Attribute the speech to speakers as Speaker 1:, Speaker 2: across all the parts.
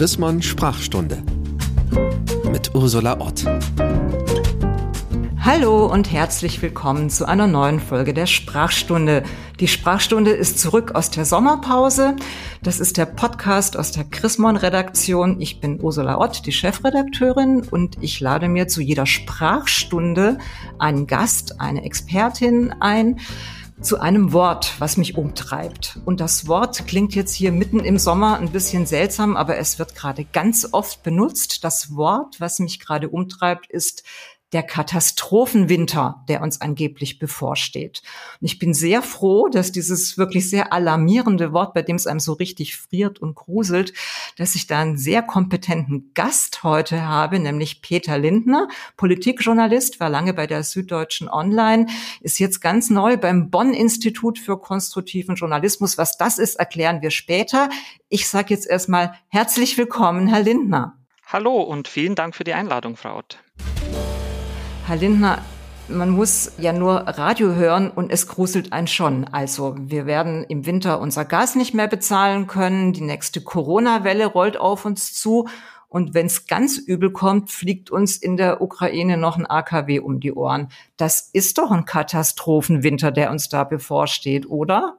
Speaker 1: Chrismon Sprachstunde mit Ursula Ott.
Speaker 2: Hallo und herzlich willkommen zu einer neuen Folge der Sprachstunde. Die Sprachstunde ist zurück aus der Sommerpause. Das ist der Podcast aus der Chrismon-Redaktion. Ich bin Ursula Ott, die Chefredakteurin, und ich lade mir zu jeder Sprachstunde einen Gast, eine Expertin ein, zu einem Wort, was mich umtreibt. Und das Wort klingt jetzt hier mitten im Sommer ein bisschen seltsam, aber es wird gerade ganz oft benutzt. Das Wort, was mich gerade umtreibt, ist der Katastrophenwinter, der uns angeblich bevorsteht. Und ich bin sehr froh, dass dieses wirklich sehr alarmierende Wort, bei dem es einem so richtig friert und gruselt, dass ich da einen sehr kompetenten Gast heute habe, nämlich Peter Lindner, Politikjournalist, war lange bei der Süddeutschen Online, ist jetzt ganz neu beim Bonn-Institut für konstruktiven Journalismus. Was das ist, erklären wir später. Ich sage jetzt erstmal herzlich willkommen, Herr Lindner.
Speaker 3: Hallo und vielen Dank für die Einladung, Frau Ott.
Speaker 2: Herr Lindner, man muss ja nur Radio hören und es gruselt einen schon. Also wir werden im Winter unser Gas nicht mehr bezahlen können, die nächste Corona-Welle rollt auf uns zu und wenn es ganz übel kommt, fliegt uns in der Ukraine noch ein AKW um die Ohren. Das ist doch ein Katastrophenwinter, der uns da bevorsteht, oder?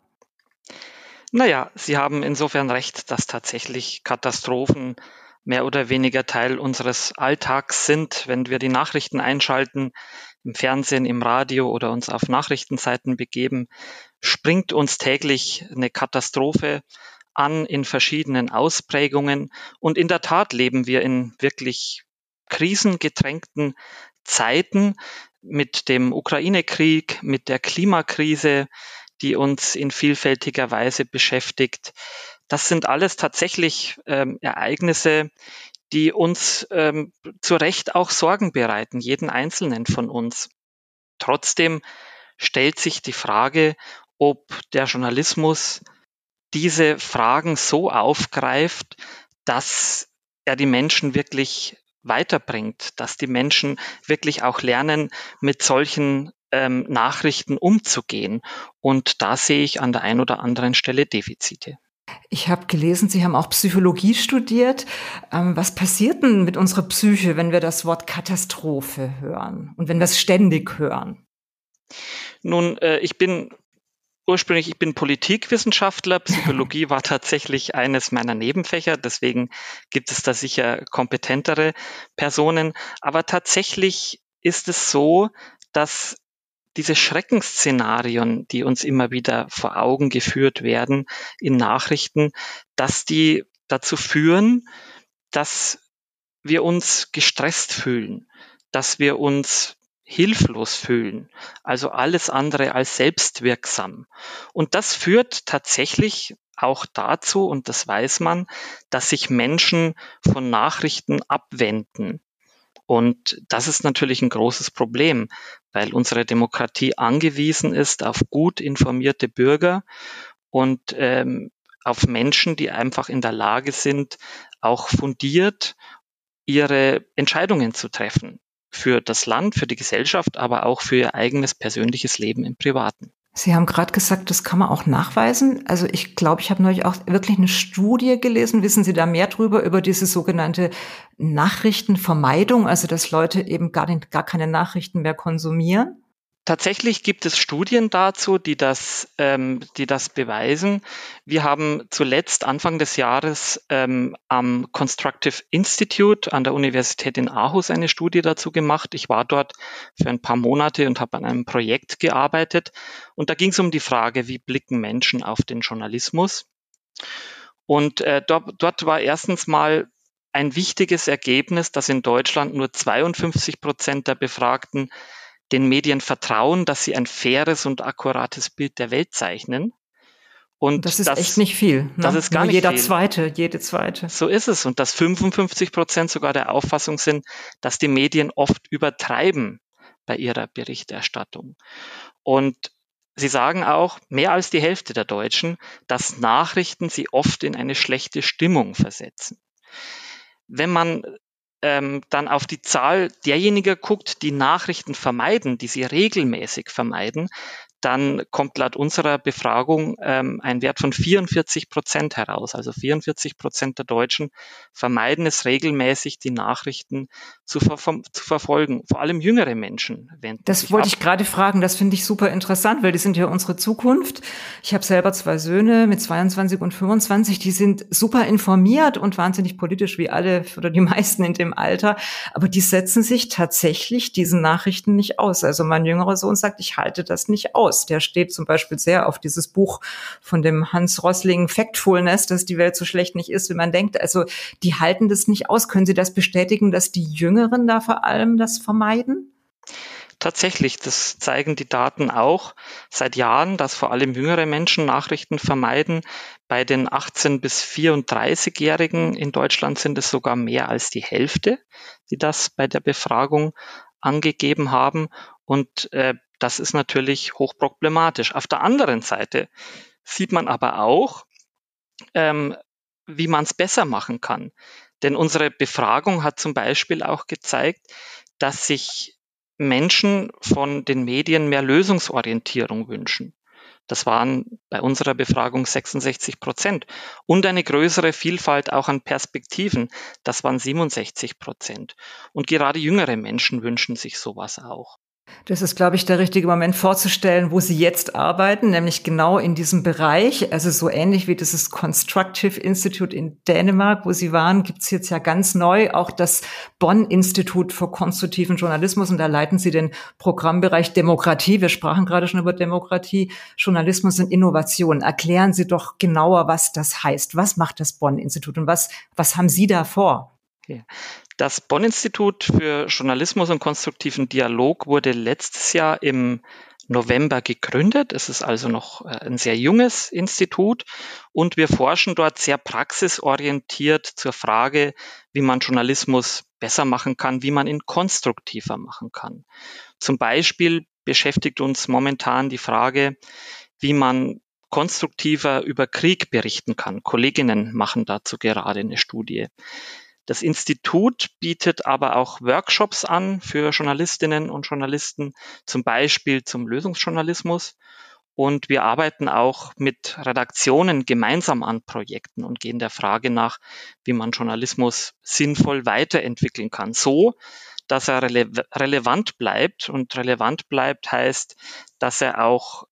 Speaker 3: Naja, Sie haben insofern recht, dass tatsächlich Katastrophen mehr oder weniger Teil unseres Alltags sind, wenn wir die Nachrichten einschalten, im Fernsehen, im Radio oder uns auf Nachrichtenseiten begeben, springt uns täglich eine Katastrophe an in verschiedenen Ausprägungen. Und in der Tat leben wir in wirklich krisengetränkten Zeiten mit dem Ukraine-Krieg, mit der Klimakrise, die uns in vielfältiger Weise beschäftigt. Das sind alles tatsächlich Ereignisse, die uns zu Recht auch Sorgen bereiten, jeden Einzelnen von uns. Trotzdem stellt sich die Frage, ob der Journalismus diese Fragen so aufgreift, dass er die Menschen wirklich weiterbringt, dass die Menschen wirklich auch lernen, mit solchen Nachrichten umzugehen. Und da sehe ich an der einen oder anderen Stelle Defizite.
Speaker 2: Ich habe gelesen, Sie haben auch Psychologie studiert. Was passiert denn mit unserer Psyche, wenn wir das Wort Katastrophe hören und wenn wir es ständig hören?
Speaker 3: Nun, ich bin Politikwissenschaftler. Psychologie war tatsächlich eines meiner Nebenfächer. Deswegen gibt es da sicher kompetentere Personen. Aber tatsächlich ist es so, dass diese Schreckensszenarien, die uns immer wieder vor Augen geführt werden in Nachrichten, dass die dazu führen, dass wir uns gestresst fühlen, dass wir uns hilflos fühlen, also alles andere als selbstwirksam. Und das führt tatsächlich auch dazu, und das weiß man, dass sich Menschen von Nachrichten abwenden. Und das ist natürlich ein großes Problem, weil unsere Demokratie angewiesen ist auf gut informierte Bürger und auf Menschen, die einfach in der Lage sind, auch fundiert ihre Entscheidungen zu treffen. Für das Land, für die Gesellschaft, aber auch für ihr eigenes persönliches Leben im Privaten.
Speaker 2: Sie haben gerade gesagt, das kann man auch nachweisen. Also ich glaube, ich habe neulich auch wirklich eine Studie gelesen. Wissen Sie da mehr drüber, über diese sogenannte Nachrichtenvermeidung, also dass Leute eben gar keine Nachrichten mehr konsumieren?
Speaker 3: Tatsächlich gibt es Studien dazu, die das beweisen. Wir haben zuletzt Anfang des Jahres am Constructive Institute an der Universität in Aarhus eine Studie dazu gemacht. Ich war dort für ein paar Monate und habe an einem Projekt gearbeitet. Und da ging es um die Frage, wie blicken Menschen auf den Journalismus? Und dort war erstens mal ein wichtiges Ergebnis, dass in Deutschland nur 52% der Befragten den Medien vertrauen, dass sie ein faires und akkurates Bild der Welt zeichnen.
Speaker 2: Und das ist echt nicht viel. Ne?
Speaker 3: Das ist gar nicht viel.
Speaker 2: Jede zweite.
Speaker 3: So ist es. Und dass 55% sogar der Auffassung sind, dass die Medien oft übertreiben bei ihrer Berichterstattung. Und sie sagen auch, mehr als die Hälfte der Deutschen, dass Nachrichten sie oft in eine schlechte Stimmung versetzen. Wenn man dann auf die Zahl derjenigen guckt, die Nachrichten vermeiden, die sie regelmäßig vermeiden, dann kommt laut unserer Befragung ein Wert von 44% heraus. Also 44% der Deutschen vermeiden es regelmäßig, die Nachrichten zu verfolgen. Vor allem jüngere Menschen wenden sich ab.
Speaker 2: Das wollte ich gerade fragen. Das finde ich super interessant, weil die sind ja unsere Zukunft. Ich habe selber 2 Söhne mit 22 und 25. Die sind super informiert und wahnsinnig politisch wie alle oder die meisten in dem Alter. Aber die setzen sich tatsächlich diesen Nachrichten nicht aus. Also mein jüngerer Sohn sagt, ich halte das nicht aus. Der steht zum Beispiel sehr auf dieses Buch von dem Hans Rosling, Factfulness, dass die Welt so schlecht nicht ist, wie man denkt. Also die halten das nicht aus. Können Sie das bestätigen, dass die Jüngeren da vor allem das vermeiden?
Speaker 3: Tatsächlich, das zeigen die Daten auch seit Jahren, dass vor allem jüngere Menschen Nachrichten vermeiden. Bei den 18- bis 34-Jährigen in Deutschland sind es sogar mehr als die Hälfte, die das bei der Befragung angegeben haben. Und das ist natürlich hochproblematisch. Auf der anderen Seite sieht man aber auch, wie man es besser machen kann. Denn unsere Befragung hat zum Beispiel auch gezeigt, dass sich Menschen von den Medien mehr Lösungsorientierung wünschen. Das waren bei unserer Befragung 66%. Und eine größere Vielfalt auch an Perspektiven. Das waren 67%. Und gerade jüngere Menschen wünschen sich sowas auch.
Speaker 2: Das ist, glaube ich, der richtige Moment vorzustellen, wo Sie jetzt arbeiten, nämlich genau in diesem Bereich. Also so ähnlich wie dieses Constructive Institute in Dänemark, wo Sie waren, gibt's jetzt ja ganz neu auch das Bonn-Institut für konstruktiven Journalismus. Und da leiten Sie den Programmbereich Demokratie. Wir sprachen gerade schon über Demokratie, Journalismus und Innovation. Erklären Sie doch genauer, was das heißt. Was macht das Bonn-Institut und was haben Sie da vor?
Speaker 3: Ja. Das Bonn-Institut für Journalismus und konstruktiven Dialog wurde letztes Jahr im November gegründet. Es ist also noch ein sehr junges Institut und wir forschen dort sehr praxisorientiert zur Frage, wie man Journalismus besser machen kann, wie man ihn konstruktiver machen kann. Zum Beispiel beschäftigt uns momentan die Frage, wie man konstruktiver über Krieg berichten kann. Kolleginnen machen dazu gerade eine Studie. Das Institut bietet aber auch Workshops an für Journalistinnen und Journalisten, zum Beispiel zum Lösungsjournalismus. Und wir arbeiten auch mit Redaktionen gemeinsam an Projekten und gehen der Frage nach, wie man Journalismus sinnvoll weiterentwickeln kann, so dass er relevant bleibt. Und relevant bleibt heißt, dass er auch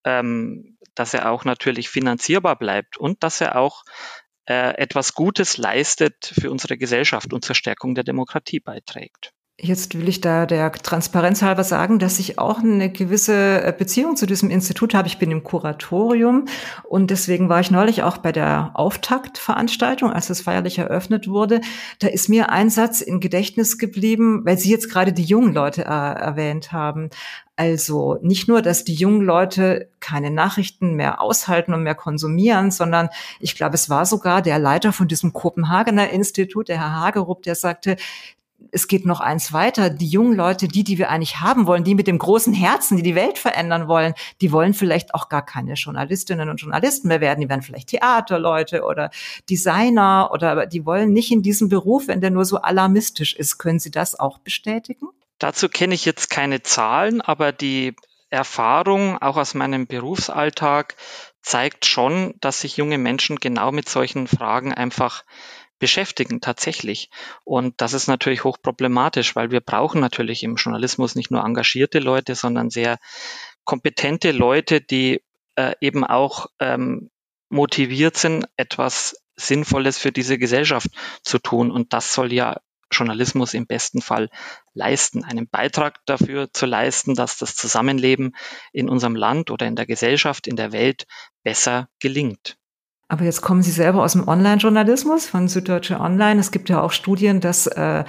Speaker 3: natürlich finanzierbar bleibt und dass er auch etwas Gutes leistet für unsere Gesellschaft und zur Stärkung der Demokratie beiträgt.
Speaker 2: Jetzt will ich da der Transparenz halber sagen, dass ich auch eine gewisse Beziehung zu diesem Institut habe. Ich bin im Kuratorium und deswegen war ich neulich auch bei der Auftaktveranstaltung, als es feierlich eröffnet wurde. Da ist mir ein Satz im Gedächtnis geblieben, weil Sie jetzt gerade die jungen Leute erwähnt haben. Also nicht nur, dass die jungen Leute keine Nachrichten mehr aushalten und mehr konsumieren, sondern ich glaube, es war sogar der Leiter von diesem Kopenhagener Institut, der Herr Hagerup, der sagte, es geht noch eins weiter. Die jungen Leute, die wir eigentlich haben wollen, die mit dem großen Herzen, die die Welt verändern wollen, die wollen vielleicht auch gar keine Journalistinnen und Journalisten mehr werden. Die werden vielleicht Theaterleute oder Designer oder die wollen nicht in diesem Beruf, wenn der nur so alarmistisch ist. Können Sie das auch bestätigen?
Speaker 3: Dazu kenne ich jetzt keine Zahlen, aber die Erfahrung auch aus meinem Berufsalltag zeigt schon, dass sich junge Menschen genau mit solchen Fragen einfach beschäftigen, tatsächlich. Und das ist natürlich hochproblematisch, weil wir brauchen natürlich im Journalismus nicht nur engagierte Leute, sondern sehr kompetente Leute, die eben auch motiviert sind, etwas Sinnvolles für diese Gesellschaft zu tun. Und das soll ja Journalismus im besten Fall leisten, einen Beitrag dafür zu leisten, dass das Zusammenleben in unserem Land oder in der Gesellschaft, in der Welt besser gelingt.
Speaker 2: Aber jetzt kommen Sie selber aus dem Online-Journalismus von Süddeutsche Online. Es gibt ja auch Studien, dass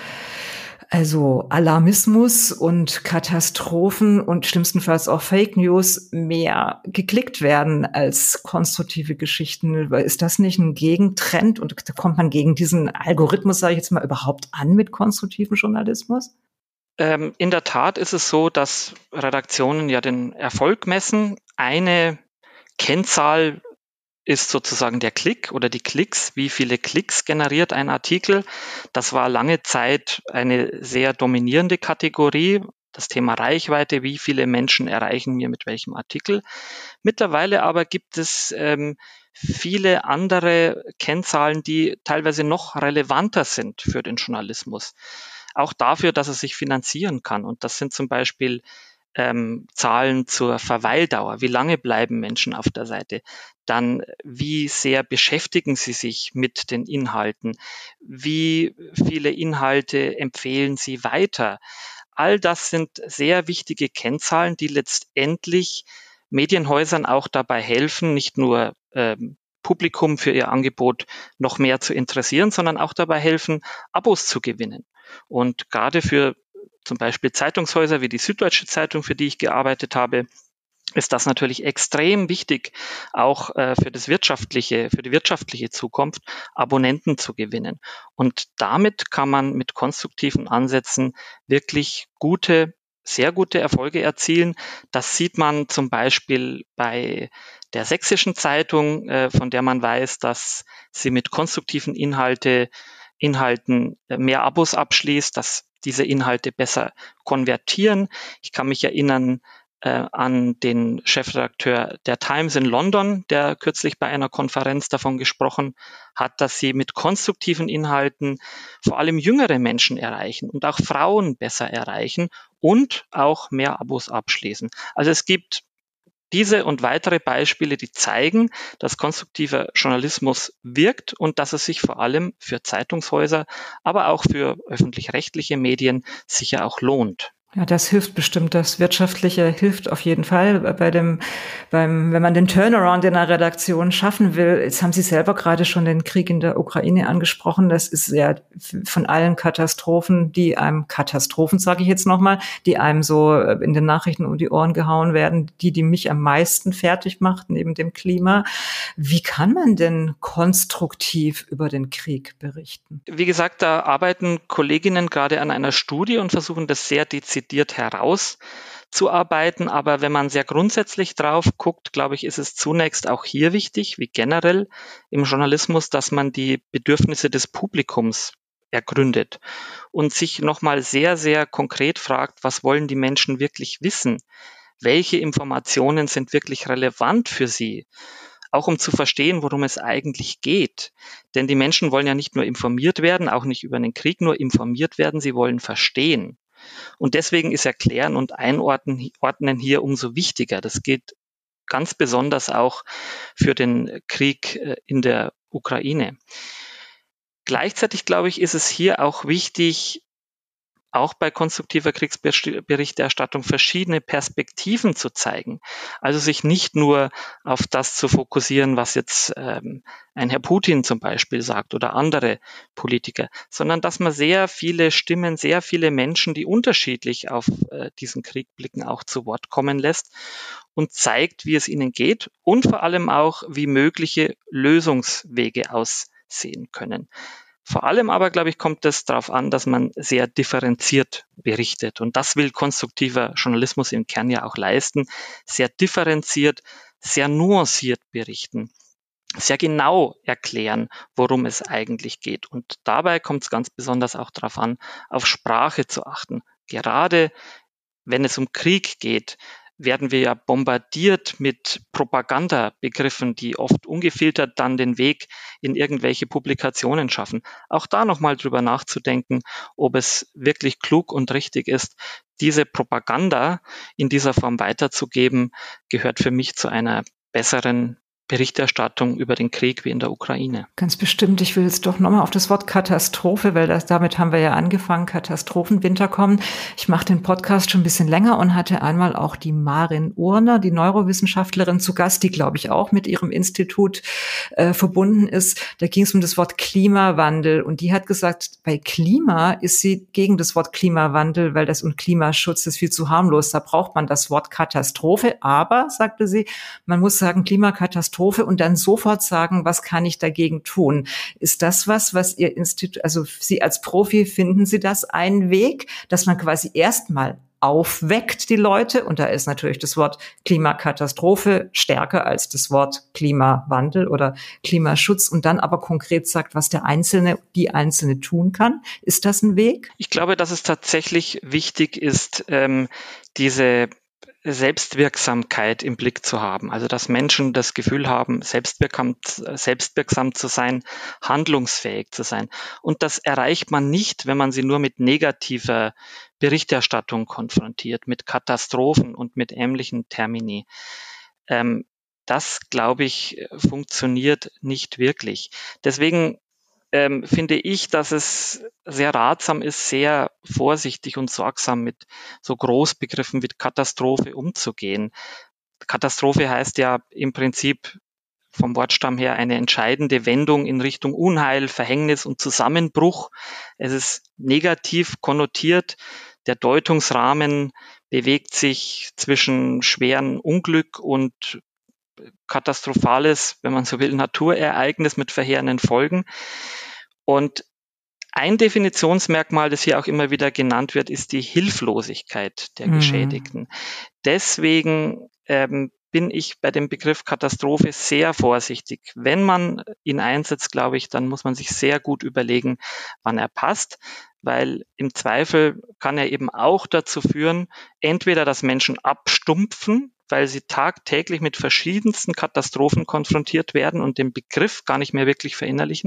Speaker 2: also Alarmismus und Katastrophen und schlimmstenfalls auch Fake News mehr geklickt werden als konstruktive Geschichten. Ist das nicht ein Gegentrend? Und kommt man gegen diesen Algorithmus, sage ich jetzt mal, überhaupt an mit konstruktivem Journalismus?
Speaker 3: In der Tat ist es so, dass Redaktionen ja den Erfolg messen. Eine Kennzahl ist sozusagen der Klick oder die Klicks. Wie viele Klicks generiert ein Artikel? Das war lange Zeit eine sehr dominierende Kategorie. das Thema Reichweite, wie viele Menschen erreichen wir mit welchem Artikel. Mittlerweile aber gibt es viele andere Kennzahlen, die teilweise noch relevanter sind für den Journalismus. Auch dafür, dass er sich finanzieren kann. Und das sind zum Beispiel Zahlen zur Verweildauer. Wie lange bleiben Menschen auf der Seite? Dann, wie sehr beschäftigen sie sich mit den Inhalten? Wie viele Inhalte empfehlen sie weiter? All das sind sehr wichtige Kennzahlen, die letztendlich Medienhäusern auch dabei helfen, nicht nur Publikum für ihr Angebot noch mehr zu interessieren, sondern auch dabei helfen, Abos zu gewinnen. Und gerade für zum Beispiel Zeitungshäuser wie die Süddeutsche Zeitung, für die ich gearbeitet habe, ist das natürlich extrem wichtig, auch für die wirtschaftliche Zukunft Abonnenten zu gewinnen. Und damit kann man mit konstruktiven Ansätzen wirklich sehr gute Erfolge erzielen. Das sieht man zum Beispiel bei der Sächsischen Zeitung, von der man weiß, dass sie mit konstruktiven Inhalten mehr Abos abschließt, dass diese Inhalte besser konvertieren. Ich kann mich erinnern an den Chefredakteur der Times in London, der kürzlich bei einer Konferenz davon gesprochen hat, dass sie mit konstruktiven Inhalten vor allem jüngere Menschen erreichen und auch Frauen besser erreichen und auch mehr Abos abschließen. Also es gibt diese und weitere Beispiele, die zeigen, dass konstruktiver Journalismus wirkt und dass es sich vor allem für Zeitungshäuser, aber auch für öffentlich-rechtliche Medien sicher auch lohnt.
Speaker 2: Ja, das hilft bestimmt. Das Wirtschaftliche hilft auf jeden Fall wenn man den Turnaround in einer Redaktion schaffen will. Jetzt haben Sie selber gerade schon den Krieg in der Ukraine angesprochen. Das ist ja von allen Katastrophen, sage ich jetzt nochmal, die einem so in den Nachrichten um die Ohren gehauen werden, die mich am meisten fertig macht, neben dem Klima. Wie kann man denn konstruktiv über den Krieg berichten?
Speaker 3: Wie gesagt, da arbeiten Kolleginnen gerade an einer Studie und versuchen das sehr dezidiert herauszuarbeiten. Aber wenn man sehr grundsätzlich drauf guckt, glaube ich, ist es zunächst auch hier wichtig, wie generell im Journalismus, dass man die Bedürfnisse des Publikums ergründet und sich nochmal sehr, sehr konkret fragt, was wollen die Menschen wirklich wissen? Welche Informationen sind wirklich relevant für sie? Auch um zu verstehen, worum es eigentlich geht. Denn die Menschen wollen ja nicht nur informiert werden, auch nicht über den Krieg nur informiert werden, sie wollen verstehen. Und deswegen ist Erklären und Einordnen hier umso wichtiger. Das gilt ganz besonders auch für den Krieg in der Ukraine. Gleichzeitig, glaube ich, ist es hier auch wichtig, auch bei konstruktiver Kriegsberichterstattung verschiedene Perspektiven zu zeigen. Also sich nicht nur auf das zu fokussieren, was jetzt ein Herr Putin zum Beispiel sagt oder andere Politiker, sondern dass man sehr viele Stimmen, sehr viele Menschen, die unterschiedlich auf diesen Krieg blicken, auch zu Wort kommen lässt und zeigt, wie es ihnen geht und vor allem auch, wie mögliche Lösungswege aussehen können. Vor allem aber, glaube ich, kommt es darauf an, dass man sehr differenziert berichtet. Und das will konstruktiver Journalismus im Kern ja auch leisten. Sehr differenziert, sehr nuanciert berichten. Sehr genau erklären, worum es eigentlich geht. Und dabei kommt es ganz besonders auch darauf an, auf Sprache zu achten. Gerade wenn es um Krieg geht, werden wir ja bombardiert mit Propagandabegriffen, die oft ungefiltert dann den Weg in irgendwelche Publikationen schaffen. Auch da nochmal drüber nachzudenken, ob es wirklich klug und richtig ist, diese Propaganda in dieser Form weiterzugeben, gehört für mich zu einer besseren Berichterstattung über den Krieg wie in der Ukraine.
Speaker 2: Ganz bestimmt. Ich will jetzt doch nochmal auf das Wort Katastrophe, weil damit haben wir ja angefangen, Katastrophenwinter kommen. Ich mache den Podcast schon ein bisschen länger und hatte einmal auch die Marin Urner, die Neurowissenschaftlerin, zu Gast, die, glaube ich, auch mit ihrem Institut verbunden ist. Da ging es um das Wort Klimawandel und die hat gesagt, bei Klima ist sie gegen das Wort Klimawandel, weil das und Klimaschutz ist viel zu harmlos. Da braucht man das Wort Katastrophe. Aber, sagte sie, man muss sagen Klimakatastrophe und dann sofort sagen, was kann ich dagegen tun? Ist das was Ihr Institut, also Sie als Profi, finden Sie das einen Weg, dass man quasi erstmal aufweckt die Leute. Und da ist natürlich das Wort Klimakatastrophe stärker als das Wort Klimawandel oder Klimaschutz und dann aber konkret sagt, was der Einzelne, die Einzelne tun kann. Ist das ein Weg?
Speaker 3: Ich glaube, dass es tatsächlich wichtig ist, diese Selbstwirksamkeit im Blick zu haben. Also dass Menschen das Gefühl haben, selbstwirksam zu sein, handlungsfähig zu sein. Und das erreicht man nicht, wenn man sie nur mit negativer Berichterstattung konfrontiert, mit Katastrophen und mit ähnlichen Termini. Das, glaube ich, funktioniert nicht wirklich. Deswegen finde ich, dass es sehr ratsam ist, sehr vorsichtig und sorgsam mit so Großbegriffen wie Katastrophe umzugehen. Katastrophe heißt ja im Prinzip vom Wortstamm her eine entscheidende Wendung in Richtung Unheil, Verhängnis und Zusammenbruch. Es ist negativ konnotiert. Der Deutungsrahmen bewegt sich zwischen schweren Unglück und katastrophales, wenn man so will, Naturereignis mit verheerenden Folgen. Und ein Definitionsmerkmal, das hier auch immer wieder genannt wird, ist die Hilflosigkeit der Geschädigten. Deswegen bin ich bei dem Begriff Katastrophe sehr vorsichtig. Wenn man ihn einsetzt, glaube ich, dann muss man sich sehr gut überlegen, wann er passt, weil im Zweifel kann er eben auch dazu führen, entweder, dass Menschen abstumpfen, weil sie tagtäglich mit verschiedensten Katastrophen konfrontiert werden und den Begriff gar nicht mehr wirklich verinnerlichen.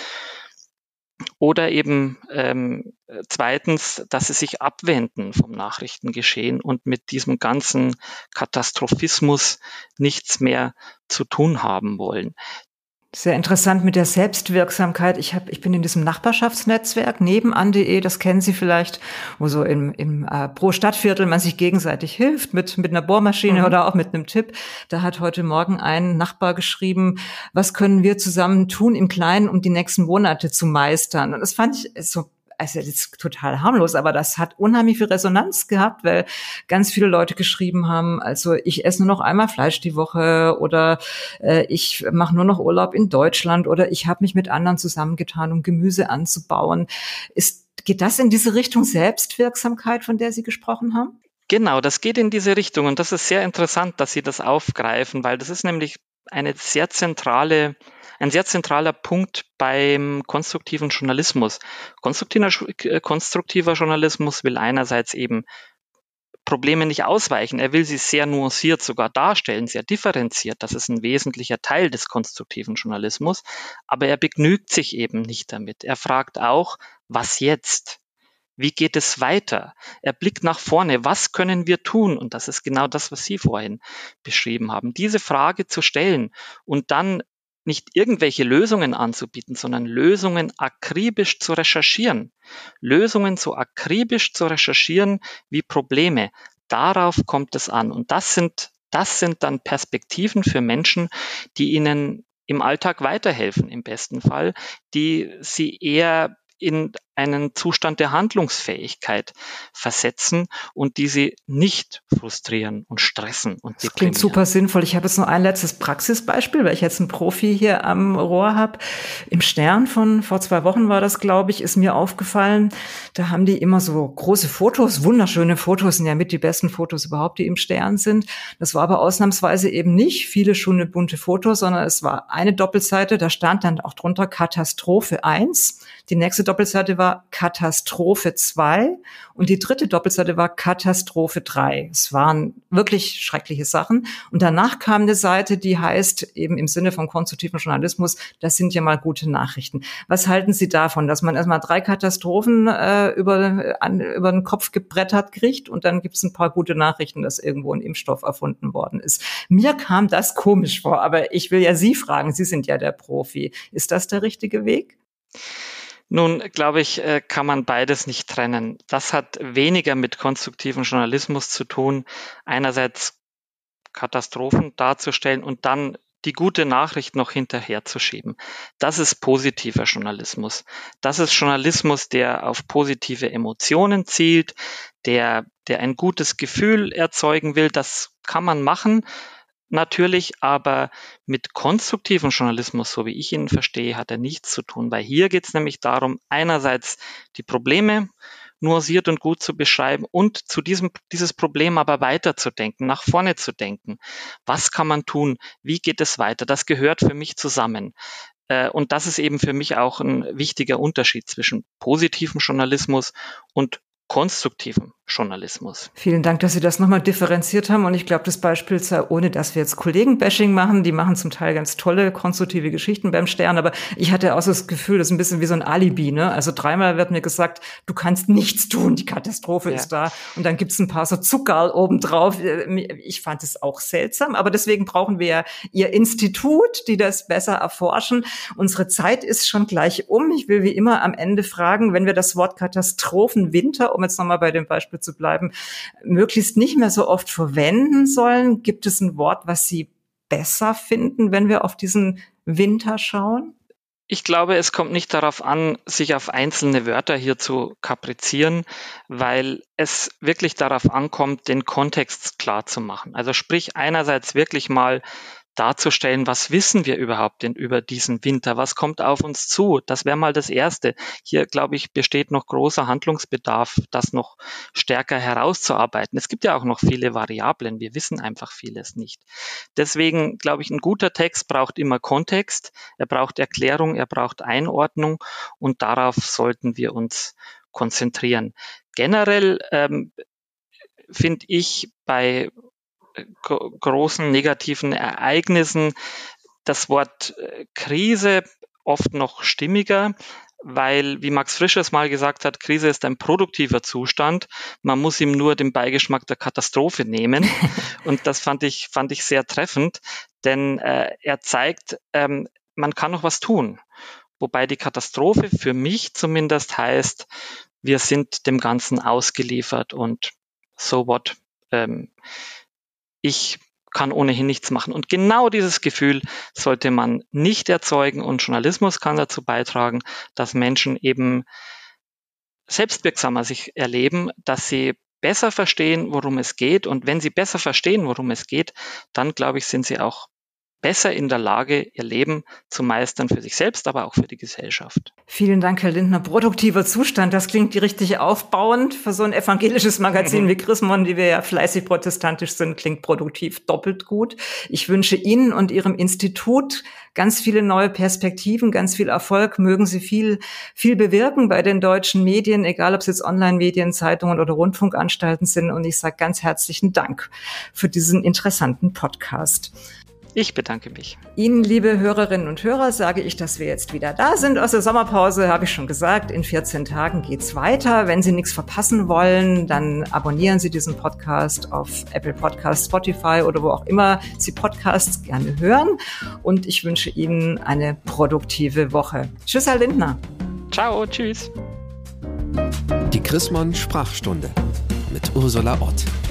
Speaker 3: Oder eben zweitens, dass sie sich abwenden vom Nachrichtengeschehen und mit diesem ganzen Katastrophismus nichts mehr zu tun haben wollen.
Speaker 2: Sehr interessant mit der Selbstwirksamkeit. Ich bin in diesem Nachbarschaftsnetzwerk nebenan.de, das kennen Sie vielleicht, wo so im pro Stadtviertel man sich gegenseitig hilft mit einer Bohrmaschine oder auch mit einem Tipp. Da hat heute Morgen ein Nachbar geschrieben, was können wir zusammen tun im Kleinen, um die nächsten Monate zu meistern. Und das fand ich so, also das ist total harmlos, aber das hat unheimlich viel Resonanz gehabt, weil ganz viele Leute geschrieben haben, also ich esse nur noch einmal Fleisch die Woche oder ich mache nur noch Urlaub in Deutschland oder ich habe mich mit anderen zusammengetan, um Gemüse anzubauen. Geht das in diese Richtung Selbstwirksamkeit, von der Sie gesprochen haben?
Speaker 3: Genau, das geht in diese Richtung und das ist sehr interessant, dass Sie das aufgreifen, weil das ist nämlich ein sehr zentraler Punkt beim konstruktiven Journalismus. Konstruktiver Journalismus will einerseits eben Probleme nicht ausweichen. Er will sie sehr nuanciert sogar darstellen, sehr differenziert. Das ist ein wesentlicher Teil des konstruktiven Journalismus. Aber er begnügt sich eben nicht damit. Er fragt auch, was jetzt? Wie geht es weiter? Er blickt nach vorne. Was können wir tun? Und das ist genau das, was Sie vorhin beschrieben haben. Diese Frage zu stellen und dann nicht irgendwelche Lösungen anzubieten, sondern Lösungen akribisch zu recherchieren. Lösungen so akribisch zu recherchieren wie Probleme. Darauf kommt es an. Und das sind dann Perspektiven für Menschen, die ihnen im Alltag weiterhelfen, im besten Fall, die sie eher in einen Zustand der Handlungsfähigkeit versetzen und die sie nicht frustrieren und stressen und deprimieren.
Speaker 2: Das klingt super sinnvoll. Ich habe jetzt noch ein letztes Praxisbeispiel, weil ich jetzt einen Profi hier am Rohr habe. Im Stern von vor 2 Wochen war das, glaube ich, ist mir aufgefallen. Da haben die immer so große Fotos, wunderschöne Fotos, sind ja mit die besten Fotos überhaupt, die im Stern sind. Das war aber ausnahmsweise eben nicht viele schöne bunte Fotos, sondern es war eine Doppelseite, da stand dann auch drunter Katastrophe 1. Die nächste Doppelseite war Katastrophe 2 und die dritte Doppelseite war Katastrophe 3. Es waren wirklich schreckliche Sachen. Und danach kam eine Seite, die heißt eben im Sinne von konstruktivem Journalismus, das sind ja mal gute Nachrichten. Was halten Sie davon, dass man erstmal 3 Katastrophen über den Kopf gebrettert kriegt und dann gibt es ein paar gute Nachrichten, dass irgendwo ein Impfstoff erfunden worden ist? Mir kam das komisch vor, aber ich will ja Sie fragen, Sie sind ja der Profi. Ist das der richtige Weg?
Speaker 3: Nun, glaube ich, kann man beides nicht trennen. Das hat weniger mit konstruktivem Journalismus zu tun, einerseits Katastrophen darzustellen und dann die gute Nachricht noch hinterherzuschieben. Das ist positiver Journalismus. Das ist Journalismus, der auf positive Emotionen zielt, der ein gutes Gefühl erzeugen will. Das kann man machen. Natürlich, aber mit konstruktivem Journalismus, so wie ich ihn verstehe, hat er nichts zu tun, weil hier geht es nämlich darum, einerseits die Probleme nuanciert und gut zu beschreiben und zu dieses Problem aber weiterzudenken, nach vorne zu denken. Was kann man tun? Wie geht es weiter? Das gehört für mich zusammen. Und das ist eben für mich auch ein wichtiger Unterschied zwischen positivem Journalismus und konstruktivem Journalismus.
Speaker 2: Vielen Dank, dass Sie das nochmal differenziert haben. Und ich glaube, das Beispiel sei, ohne dass wir jetzt Kollegen-Bashing machen, die machen zum Teil ganz tolle, konstruktive Geschichten beim Stern. Aber ich hatte auch so das Gefühl, das ist ein bisschen wie so ein Alibi, ne? Also 3-mal wird mir gesagt, du kannst nichts tun, die Katastrophe ist da. Und dann gibt's ein paar so Zuckerl obendrauf. Ich fand es auch seltsam. Aber deswegen brauchen wir ja Ihr Institut, die das besser erforschen. Unsere Zeit ist schon gleich um. Ich will wie immer am Ende fragen, wenn wir das Wort Katastrophenwinter, um jetzt nochmal bei dem Beispiel zu bleiben, möglichst nicht mehr so oft verwenden sollen. Gibt es ein Wort, was Sie besser finden, wenn wir auf diesen Winter schauen?
Speaker 3: Ich glaube, es kommt nicht darauf an, sich auf einzelne Wörter hier zu kaprizieren, weil es wirklich darauf ankommt, den Kontext klar zu machen. Also sprich einerseits wirklich mal darzustellen, was wissen wir überhaupt denn über diesen Winter? Was kommt auf uns zu? Das wäre mal das Erste. Hier, glaube ich, besteht noch großer Handlungsbedarf, das noch stärker herauszuarbeiten. Es gibt ja auch noch viele Variablen. Wir wissen einfach vieles nicht. Deswegen, glaube ich, ein guter Text braucht immer Kontext. Er braucht Erklärung, er braucht Einordnung und darauf sollten wir uns konzentrieren. Generell finde ich bei großen negativen Ereignissen das Wort Krise oft noch stimmiger, weil, wie Max Frisch es mal gesagt hat, Krise ist ein produktiver Zustand. Man muss ihm nur den Beigeschmack der Katastrophe nehmen. Und das fand ich sehr treffend, denn er zeigt, man kann noch was tun. Wobei die Katastrophe für mich zumindest heißt, wir sind dem Ganzen ausgeliefert und so what. Ich kann ohnehin nichts machen. Und genau dieses Gefühl sollte man nicht erzeugen und Journalismus kann dazu beitragen, dass Menschen eben selbstwirksamer sich erleben, dass sie besser verstehen, worum es geht. Und wenn sie besser verstehen, worum es geht, dann, glaube ich, sind sie auch besser in der Lage, ihr Leben zu meistern für sich selbst, aber auch für die Gesellschaft.
Speaker 2: Vielen Dank, Herr Lindner. Produktiver Zustand, das klingt richtig aufbauend. Für so ein evangelisches Magazin wie Chrismon, die wir ja fleißig protestantisch sind, klingt produktiv doppelt gut. Ich wünsche Ihnen und Ihrem Institut ganz viele neue Perspektiven, ganz viel Erfolg. Mögen Sie viel bewirken bei den deutschen Medien, egal ob es jetzt Online-Medien, Zeitungen oder Rundfunkanstalten sind. Und ich sage ganz herzlichen Dank für diesen interessanten Podcast.
Speaker 3: Ich bedanke mich.
Speaker 2: Ihnen, liebe Hörerinnen und Hörer, sage ich, dass wir jetzt wieder da sind aus der Sommerpause, habe ich schon gesagt. In 14 Tagen geht's weiter. Wenn Sie nichts verpassen wollen, dann abonnieren Sie diesen Podcast auf Apple Podcasts, Spotify oder wo auch immer Sie Podcasts gerne hören. Und ich wünsche Ihnen eine produktive Woche. Tschüss, Herr Lindner.
Speaker 3: Ciao, tschüss.
Speaker 1: Die Chrismon Sprachstunde mit Ursula Ott.